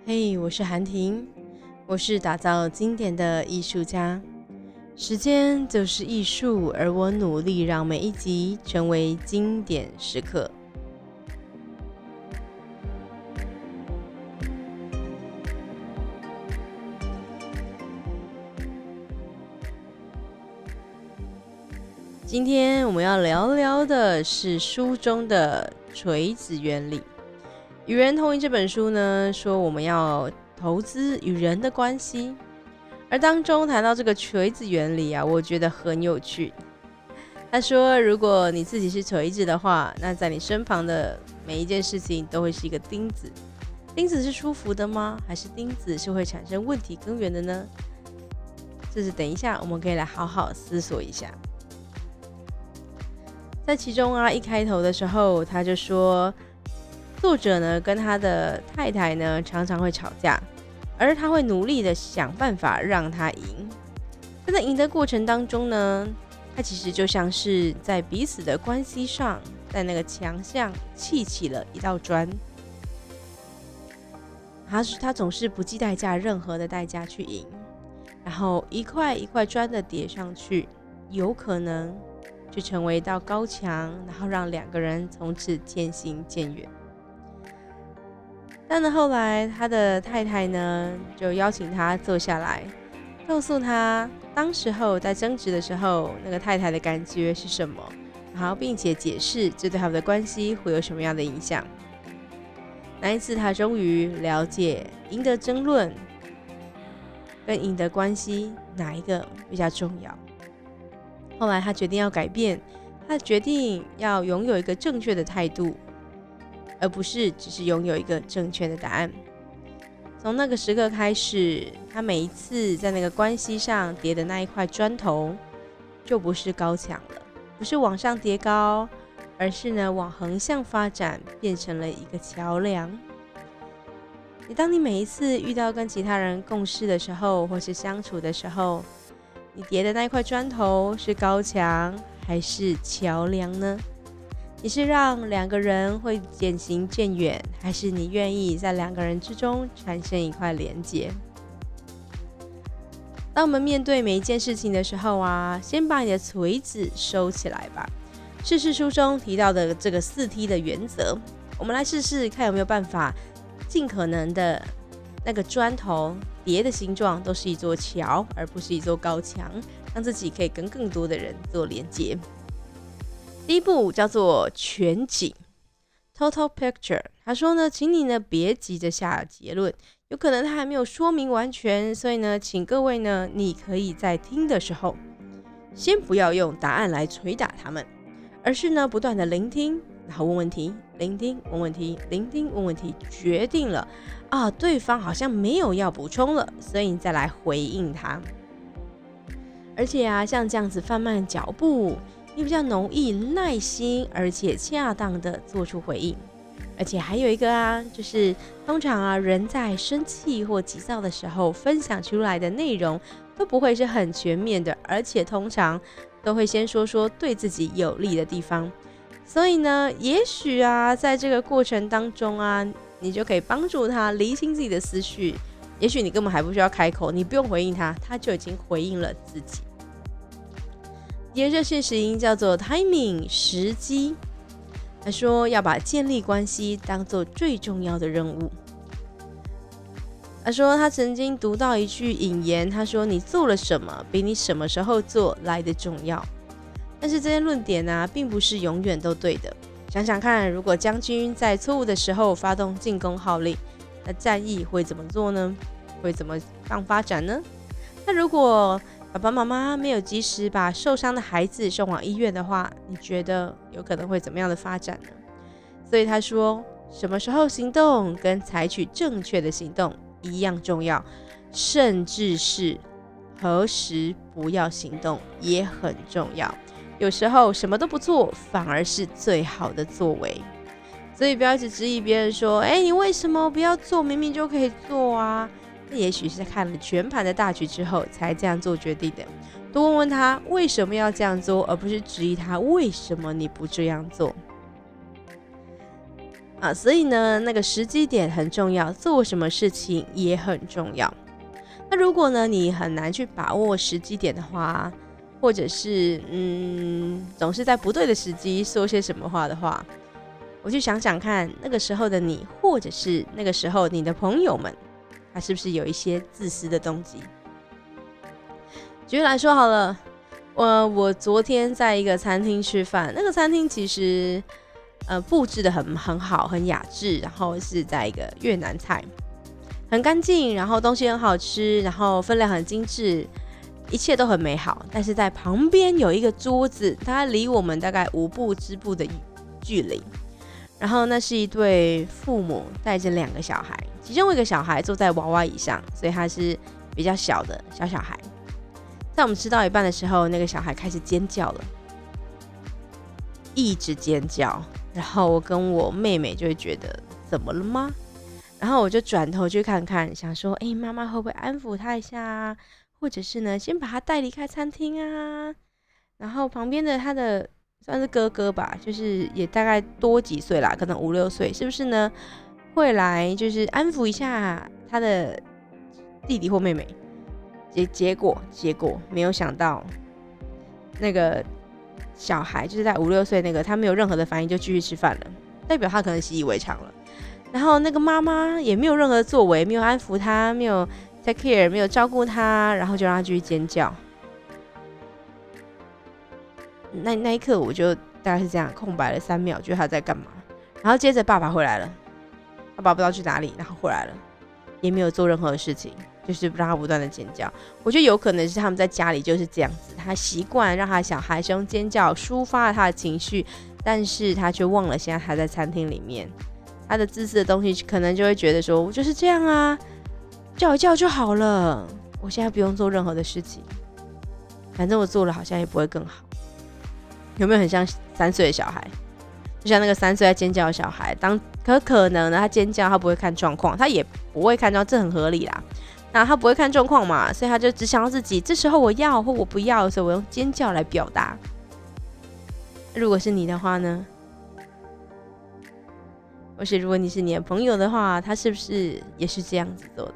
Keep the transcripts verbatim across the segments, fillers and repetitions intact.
嘿，我是韩婷，我是打造经典的艺术家。时间就是艺术，而我努力让每一集成为经典时刻。今天我们要聊聊的是书中的垂直原理。与人同赢这本书呢，说我们要投资与人的关系，而当中谈到这个垂直原理啊，我觉得很有趣。他说，如果你自己是垂直的话，那在你身旁的每一件事情都会是一个钉子。钉子是舒服的吗？还是钉子是会产生问题根源的呢？这是等一下我们可以来好好思索一下。在其中啊，一开头的时候他就说，作者呢跟他的太太呢常常会吵架，而他会努力的想办法让他赢。在赢的过程当中呢，他其实就像是在彼此的关系上，在那个墙上砌起了一道砖。他他总是不计代价，任何的代价去赢，然后一块一块砖的叠上去，有可能就成为一道高墙，然后让两个人从此渐行渐远。但呢，后来他的太太呢，就邀请他坐下来，告诉他当时候在争执的时候，那个太太的感觉是什么，然后并且解释这对他们的关系会有什么样的影响。那一次，他终于了解赢得争论跟赢得关系哪一个比较重要。后来他决定要改变，他决定要拥有一个正确的态度，而不是只是拥有一个正确的答案。从那个时刻开始，他每一次在那个关系上叠的那一块砖头，就不是高墙了，不是往上叠高，而是呢往横向发展，变成了一个桥梁。你当你每一次遇到跟其他人共事的时候，或是相处的时候，你叠的那一块砖头是高墙还是桥梁呢？你是让两个人会渐行渐远，还是你愿意在两个人之中产生一块连结？当我们面对每一件事情的时候啊，先把你的锤子收起来吧。试试书中提到的这个四 T 的原则，我们来试试看有没有办法尽可能的那个砖头叠的形状都是一座桥，而不是一座高墙，让自己可以跟更多的人做连接。第一步叫做全景 Total Picture。 他说呢，请你呢别急着下结论，有可能他还没有说明完全，所以呢请各位呢，你可以在听的时候先不要用答案来捶打他们，而是呢不断的聆听，然后问问题，聆听问问题，聆听问问题，决定了啊对方好像没有要补充了，所以你再来回应他。而且啊，像这样子放慢脚步，你比较容易耐心而且恰当的做出回应。而且还有一个啊，就是通常啊，人在生气或急躁的时候分享出来的内容都不会是很全面的，而且通常都会先说说对自己有利的地方。所以呢，也许啊，在这个过程当中啊，你就可以帮助他厘清自己的思绪。也许你根本还不需要开口，你不用回应他，他就已经回应了自己。第二个现实音叫做 timing 时机。他说要把建立关系当作最重要的任务。他说他曾经读到一句引言，他说你做了什么比你什么时候做来的重要。但是这些论点啊，并不是永远都对的。想想看，如果将军在错误的时候发动进攻号令，那战役会怎么做呢？会怎么样发展呢？那如果爸爸妈妈没有及时把受伤的孩子送往医院的话，你觉得有可能会怎么样的发展呢？所以他说，什么时候行动跟采取正确的行动一样重要，甚至是何时不要行动也很重要。有时候什么都不做反而是最好的作为。所以不要一直质疑别人说，哎，你为什么不要做？明明就可以做啊。那也许是在看了全盘的大局之后才这样做决定的。多问问他为什么要这样做，而不是质疑他为什么你不这样做。 啊，所以呢，那个时机点很重要，做什么事情也很重要。那如果呢，你很难去把握时机点的话，或者是嗯，总是在不对的时机说些什么话的话，我去想想看，那个时候的你，或者是那个时候你的朋友们，他是不是有一些自私的动机？举例来说好了，我我昨天在一个餐厅吃饭，那个餐厅其实呃布置的很很好，很雅致，然后是在一个越南菜，很干净，然后东西很好吃，然后分量很精致，一切都很美好。但是在旁边有一个桌子，它离我们大概五步之步的距离。然后那是一对父母带着两个小孩，其中一个小孩坐在娃娃椅上，所以他是比较小的小小孩。在我们吃到一半的时候，那个小孩开始尖叫了，一直尖叫。然后我跟我妹妹就会觉得怎么了吗？然后我就转头去看看，想说，哎，妈妈会不会安抚他一下啊？或者是呢，先把他带离开餐厅啊？然后旁边的他的算是哥哥吧，就是也大概多几岁啦，可能五六岁，是不是呢？会来就是安抚一下他的弟弟或妹妹。结结果结果没有想到，那个小孩就是在五六岁那个，他没有任何的反应就继续吃饭了，代表他可能习以为常了。然后那个妈妈也没有任何的作为，没有安抚他，没有 take care， 没有照顾他，然后就让他继续尖叫。那那一刻我就大概是这样空白了三秒，觉得他在干嘛。然后接着爸爸回来了，爸爸不知道去哪里，然后回来了，也没有做任何的事情，就是让他不断的尖叫。我觉得有可能是他们在家里就是这样子，他习惯让他的小孩是用尖叫抒发了他的情绪，但是他却忘了现在他在餐厅里面，他的自私的东西可能就会觉得说，我就是这样啊，叫一叫就好了，我现在不用做任何的事情，反正我做了好像也不会更好。有没有很像三岁的小孩？就像那个三岁在尖叫的小孩，当可可能呢，他尖叫他不会看状况，他也不会看状况，这很合理啦。那他不会看状况嘛，所以他就只想要自己，这时候我要或我不要，所以我用尖叫来表达。如果是你的话呢？或是如果你是你的朋友的话，他是不是也是这样子做的？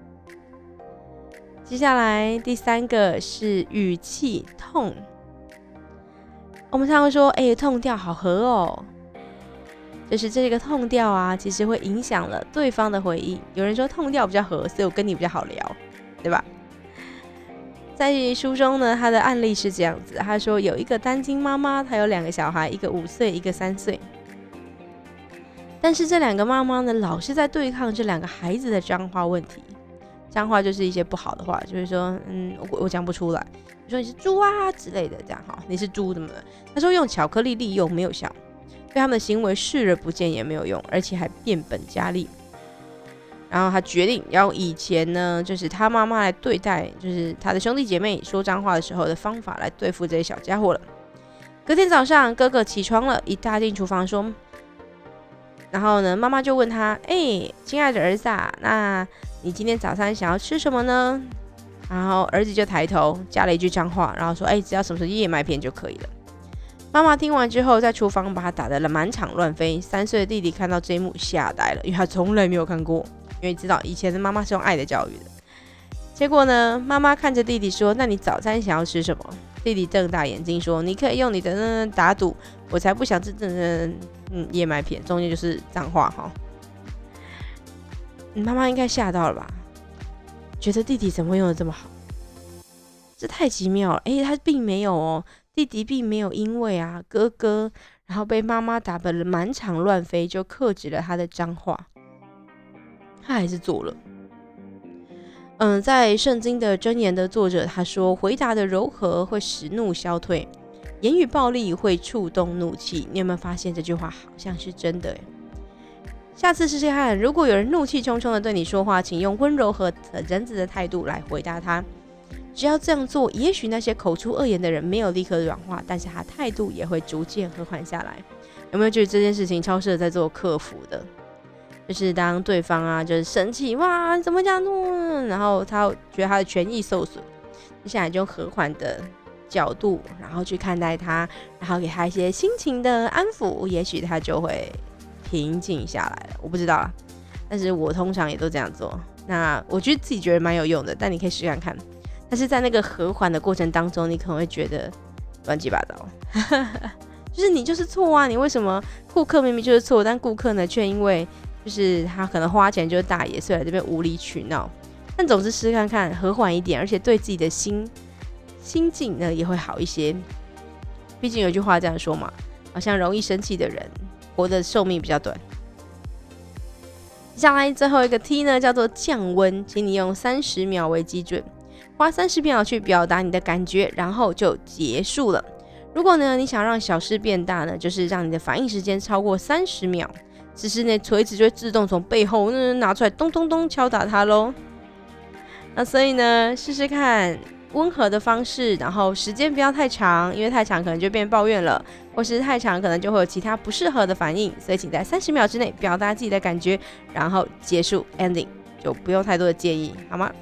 接下来第三个是语气痛。我们常常说，哎、欸，痛调好合哦，就是这个痛调啊，其实会影响了对方的回应。有人说痛调比较合，所以我跟你比较好聊，对吧？在书中呢，他的案例是这样子，他说有一个单亲妈妈，她有两个小孩，一个五岁，一个三岁。但是这两个妈妈呢，老是在对抗这两个孩子的脏话问题。脏话就是一些不好的话，就是说，嗯，我我讲不出来。你说你是猪啊之类的，这样哈，你是猪怎么的？他说用巧克力利用没有效，对他们的行为视而不见也没有用，而且还变本加厉。然后他决定要以前呢，就是他妈妈来对待，就是他的兄弟姐妹说脏话的时候的方法来对付这些小家伙了。隔天早上，哥哥起床了，一大进厨房说，然后呢，妈妈就问他，哎、欸，亲爱的儿子啊，那你今天早餐想要吃什么呢？然后儿子就抬头加了一句脏话，然后说，哎、欸，只要什么是燕麦片就可以了。妈妈听完之后，在厨房把他打得满场乱飞。三岁的弟弟看到这一幕吓呆了，因为他从来没有看过，因为知道以前的妈妈是用爱的教育的。结果呢，妈妈看着弟弟说，那你早餐想要吃什么？弟弟瞪大眼睛说，你可以用你的呢打赌，我才不想吃嗯嗯燕麦片，中间就是脏话哈。妈妈应该吓到了吧，觉得弟弟怎么会用的这么好，这太奇妙了。哎，他并没有哦，弟弟并没有因为啊哥哥然后被妈妈打得满场乱飞就克制了他的脏话，他还是做了。嗯，在圣经的箴言的作者他说，回答的柔和会使怒消退，言语暴力会触动怒气。你有没有发现这句话好像是真的耶？下次试试看，如果有人怒气冲冲的对你说话，请用温柔和仁慈的态度来回答他。只要这样做，也许那些口出恶言的人没有立刻软化，但是他态度也会逐渐和缓下来。有没有觉得这件事情超适合在做客服的？就是当对方啊，就是生气，哇，你怎么这样弄？然后他觉得他的权益受损，接下来就和缓的角度，然后去看待他，然后给他一些心情的安抚，也许他就会平静下来了。我不知道啊，但是我通常也都这样做。那我觉得自己觉得蛮有用的，但你可以试看看。但是在那个和缓的过程当中，你可能会觉得乱七八糟，就是你就是错啊！你为什么顾客明明就是错，但顾客呢却因为就是他可能花钱就是大爷，所以来这边无理取闹。但总之试看看，和缓一点，而且对自己的心心境呢也会好一些。毕竟有句话这样说嘛，好像容易生气的人活的寿命比较短。接下来最后一个 T 呢，叫做降温，请你用三十秒为基准，花三十秒去表达你的感觉，然后就结束了。如果呢你想让小事变大呢，就是让你的反应时间超过三十秒，此时呢锤子就会自动从背后拿出来，咚咚咚敲打它咯。那所以呢试试看温和的方式，然后时间不要太长，因为太长可能就变抱怨了，或是太长可能就会有其他不适合的反应，所以请在三十秒之内表达自己的感觉，然后结束 ending， 就不用太多的建议，好吗？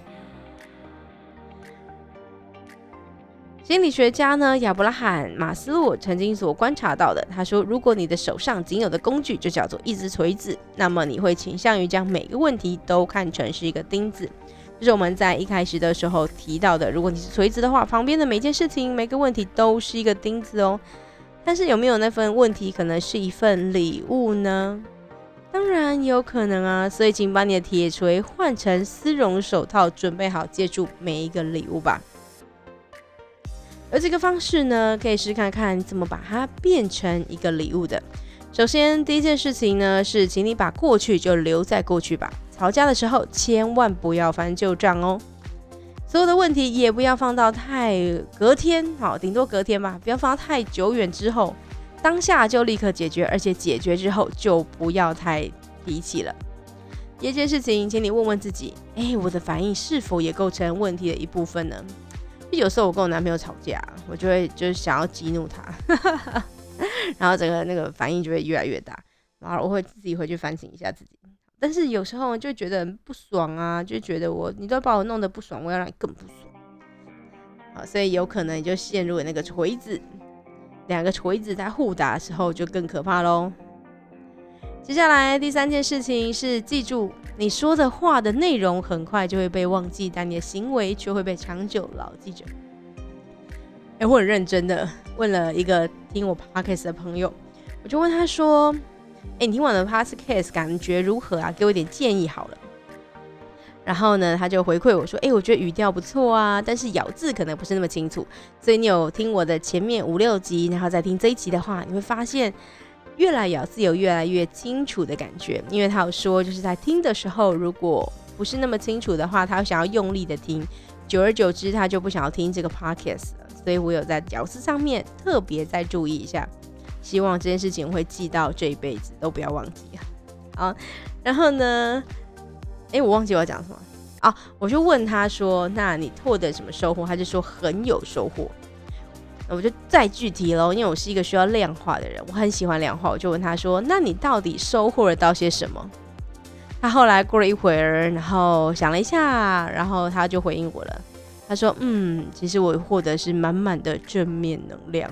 心理学家呢亚伯拉罕马斯洛曾经所观察到的，他说，如果你的手上仅有的工具就叫做一只锤子，那么你会倾向于将每个问题都看成是一个钉子。就是我们在一开始的时候提到的，如果你是锤子的话，旁边的每件事情每个问题都是一个钉子哦。但是有没有那份问题可能是一份礼物呢？当然有可能啊，所以请把你的铁锤换成丝绒手套，准备好接住每一个礼物吧。而这个方式呢，可以试看看怎么把它变成一个礼物的。首先第一件事情呢，是请你把过去就留在过去吧，吵架的时候千万不要翻旧账哦。所有的问题也不要放到太隔天，好，顶多隔天吧，不要放到太久远之后，当下就立刻解决，而且解决之后就不要太提起了。第二件事情，请你问问自己，哎，我的反应是否也构成问题的一部分呢？就有时候我跟我男朋友吵架，我就会就是想要激怒他，然后整个那个反应就会越来越大，然后我会自己回去反省一下自己。但是有时候就觉得不爽啊，就觉得我你都把我弄得不爽，我要让你更不爽。好，所以有可能你就陷入了那个锤子，两个锤子在互打的时候就更可怕咯。接下来第三件事情是记住，你说的话的内容很快就会被忘记，但你的行为却会被长久牢记着。欸，我很认真的问了一个听我 podcast 的朋友，我就问他说，欸，你听我的 podcast 感觉如何啊？给我一点建议好了。然后呢，他就回馈我说，欸，我觉得语调不错啊，但是咬字可能不是那么清楚。所以你有听我的前面五六集，然后再听这一集的话，你会发现越来咬字有越来越清楚的感觉。因为他有说，就是在听的时候，如果不是那么清楚的话，他会想要用力的听，久而久之他就不想要听这个 podcast 了。所以我有在咬字上面特别再注意一下，希望这件事情会记到这一辈子都不要忘记。好，然后呢，哎，我忘记我要讲什么啊？我就问他说，那你获得什么收获？他就说很有收获。我就再具体咯，因为我是一个需要量化的人，我很喜欢量化。我就问他说，那你到底收获了到些什么？他后来过了一会儿，然后想了一下，然后他就回应我了。他说，嗯，其实我获得是满满的正面能量。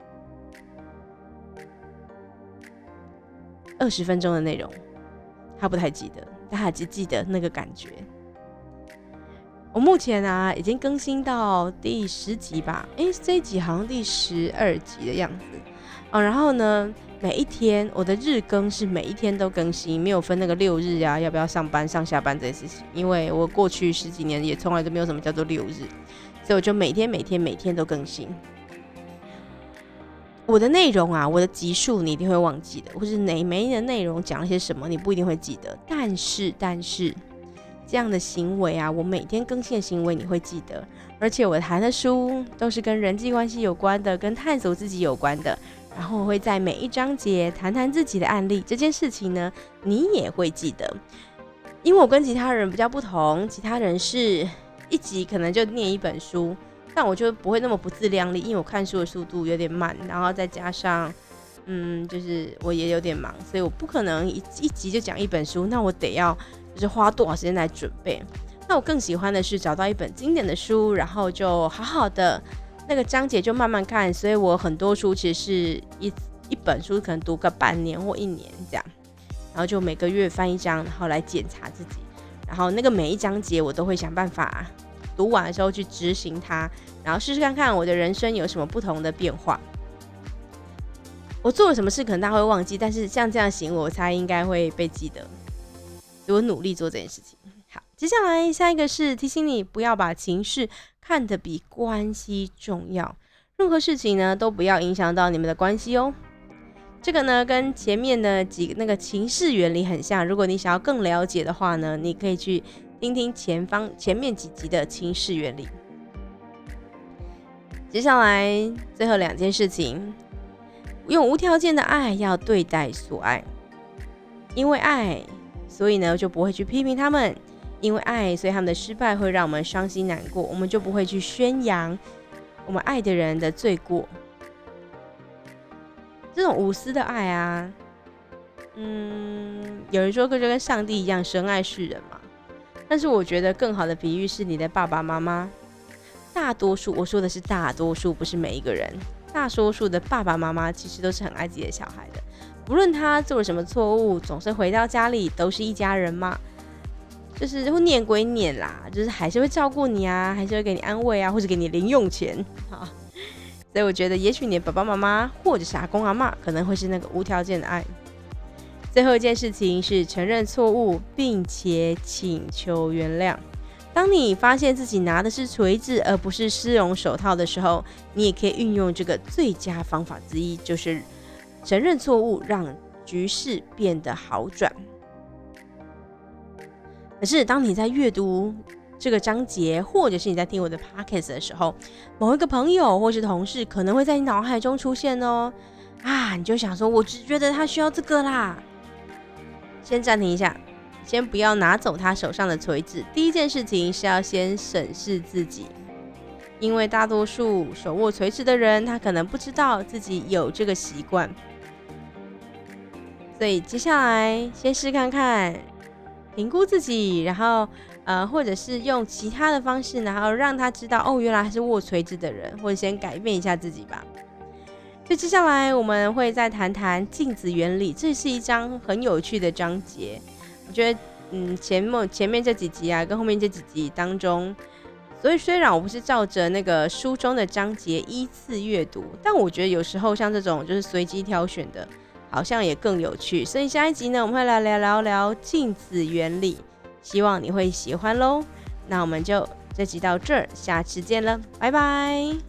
二十分钟的内容他不太记得，但他只记得那个感觉。我目前啊已经更新到第十集吧，诶，这一集好像第十二集的样子哦。然后呢，每一天我的日更是每一天都更新，没有分那个六日啊，要不要上班上下班这些事情，因为我过去十几年也从来都没有什么叫做六日，所以我就每天每天每天都更新。我的内容啊，我的集数你一定会忘记的，或是哪每一的内容讲了些什么，你不一定会记得。但是，但是这样的行为啊，我每天更新的行为你会记得，而且我谈的书都是跟人际关系有关的，跟探索自己有关的。然后我会在每一章节谈谈自己的案例，这件事情呢，你也会记得。因为我跟其他人比较不同，其他人是一集可能就念一本书。但我就不会那么不自量力，因为我看书的速度有点慢，然后再加上，嗯，就是我也有点忙，所以我不可能 一, 一集就讲一本书，那我得要就是花多少时间来准备。那我更喜欢的是找到一本经典的书，然后就好好的那个章节就慢慢看，所以我很多书其实是 一, 一本书可能读个半年或一年这样。 然后就每个月翻一张，然后来检查自己，然后那个每一章节我都会想办法读完的时候去执行它，然后试试看看我的人生有什么不同的变化。我做了什么事可能大家会忘记，但是像这样行为我猜应该会被记得，所以我努力做这件事情。好，接下来下一个是提醒你不要把情绪看得比关系重要，任何事情呢都不要影响到你们的关系哦。这个呢跟前面的几个那个情势原理很像，如果你想要更了解的话呢，你可以去听听前方前面几集的情势原理。接下来最后两件事情，用无条件的爱要对待所爱，因为爱所以呢就不会去批评他们，因为爱所以他们的失败会让我们伤心难过，我们就不会去宣扬我们爱的人的罪过。这种无私的爱啊，嗯，有人说就跟上帝一样深爱世人嘛，但是我觉得更好的比喻是你的爸爸妈妈。大多数，我说的是大多数，不是每一个人，大多数的爸爸妈妈其实都是很爱自己的小孩的，不论他做了什么错误，总是回到家里都是一家人嘛，就是会念归念啦，就是还是会照顾你啊，还是会给你安慰啊，或者给你零用钱啊。所以我觉得也许你的爸爸妈妈或者是阿公阿嬷可能会是那个无条件的爱。最后一件事情是承认错误并且请求原谅。当你发现自己拿的是锤子而不是丝绒手套的时候，你也可以运用这个最佳方法之一，就是承认错误，让局势变得好转。可是当你在阅读这个章节，或者是你在听我的 podcast 的时候，某一个朋友或是同事可能会在你脑海中出现哦，啊，你就想说我只觉得他需要这个啦。先暂停一下，先不要拿走他手上的锤子，第一件事情是要先审视自己，因为大多数手握锤子的人，他可能不知道自己有这个习惯，所以接下来先试看看评估自己，然后呃，或者是用其他的方式，然后让他知道哦，原来他是握锤子的人，或者先改变一下自己吧。所以接下来我们会再谈谈镜子原理，这是一章很有趣的章节。我觉得，嗯，前面前面这几集啊，跟后面这几集当中，所以虽然我不是照着那个书中的章节依次阅读，但我觉得有时候像这种就是随机挑选的，好像也更有趣。所以下一集呢，我们会来聊聊聊镜子原理，希望你会喜欢咯。那我们就这集到这儿，下次见了，拜拜。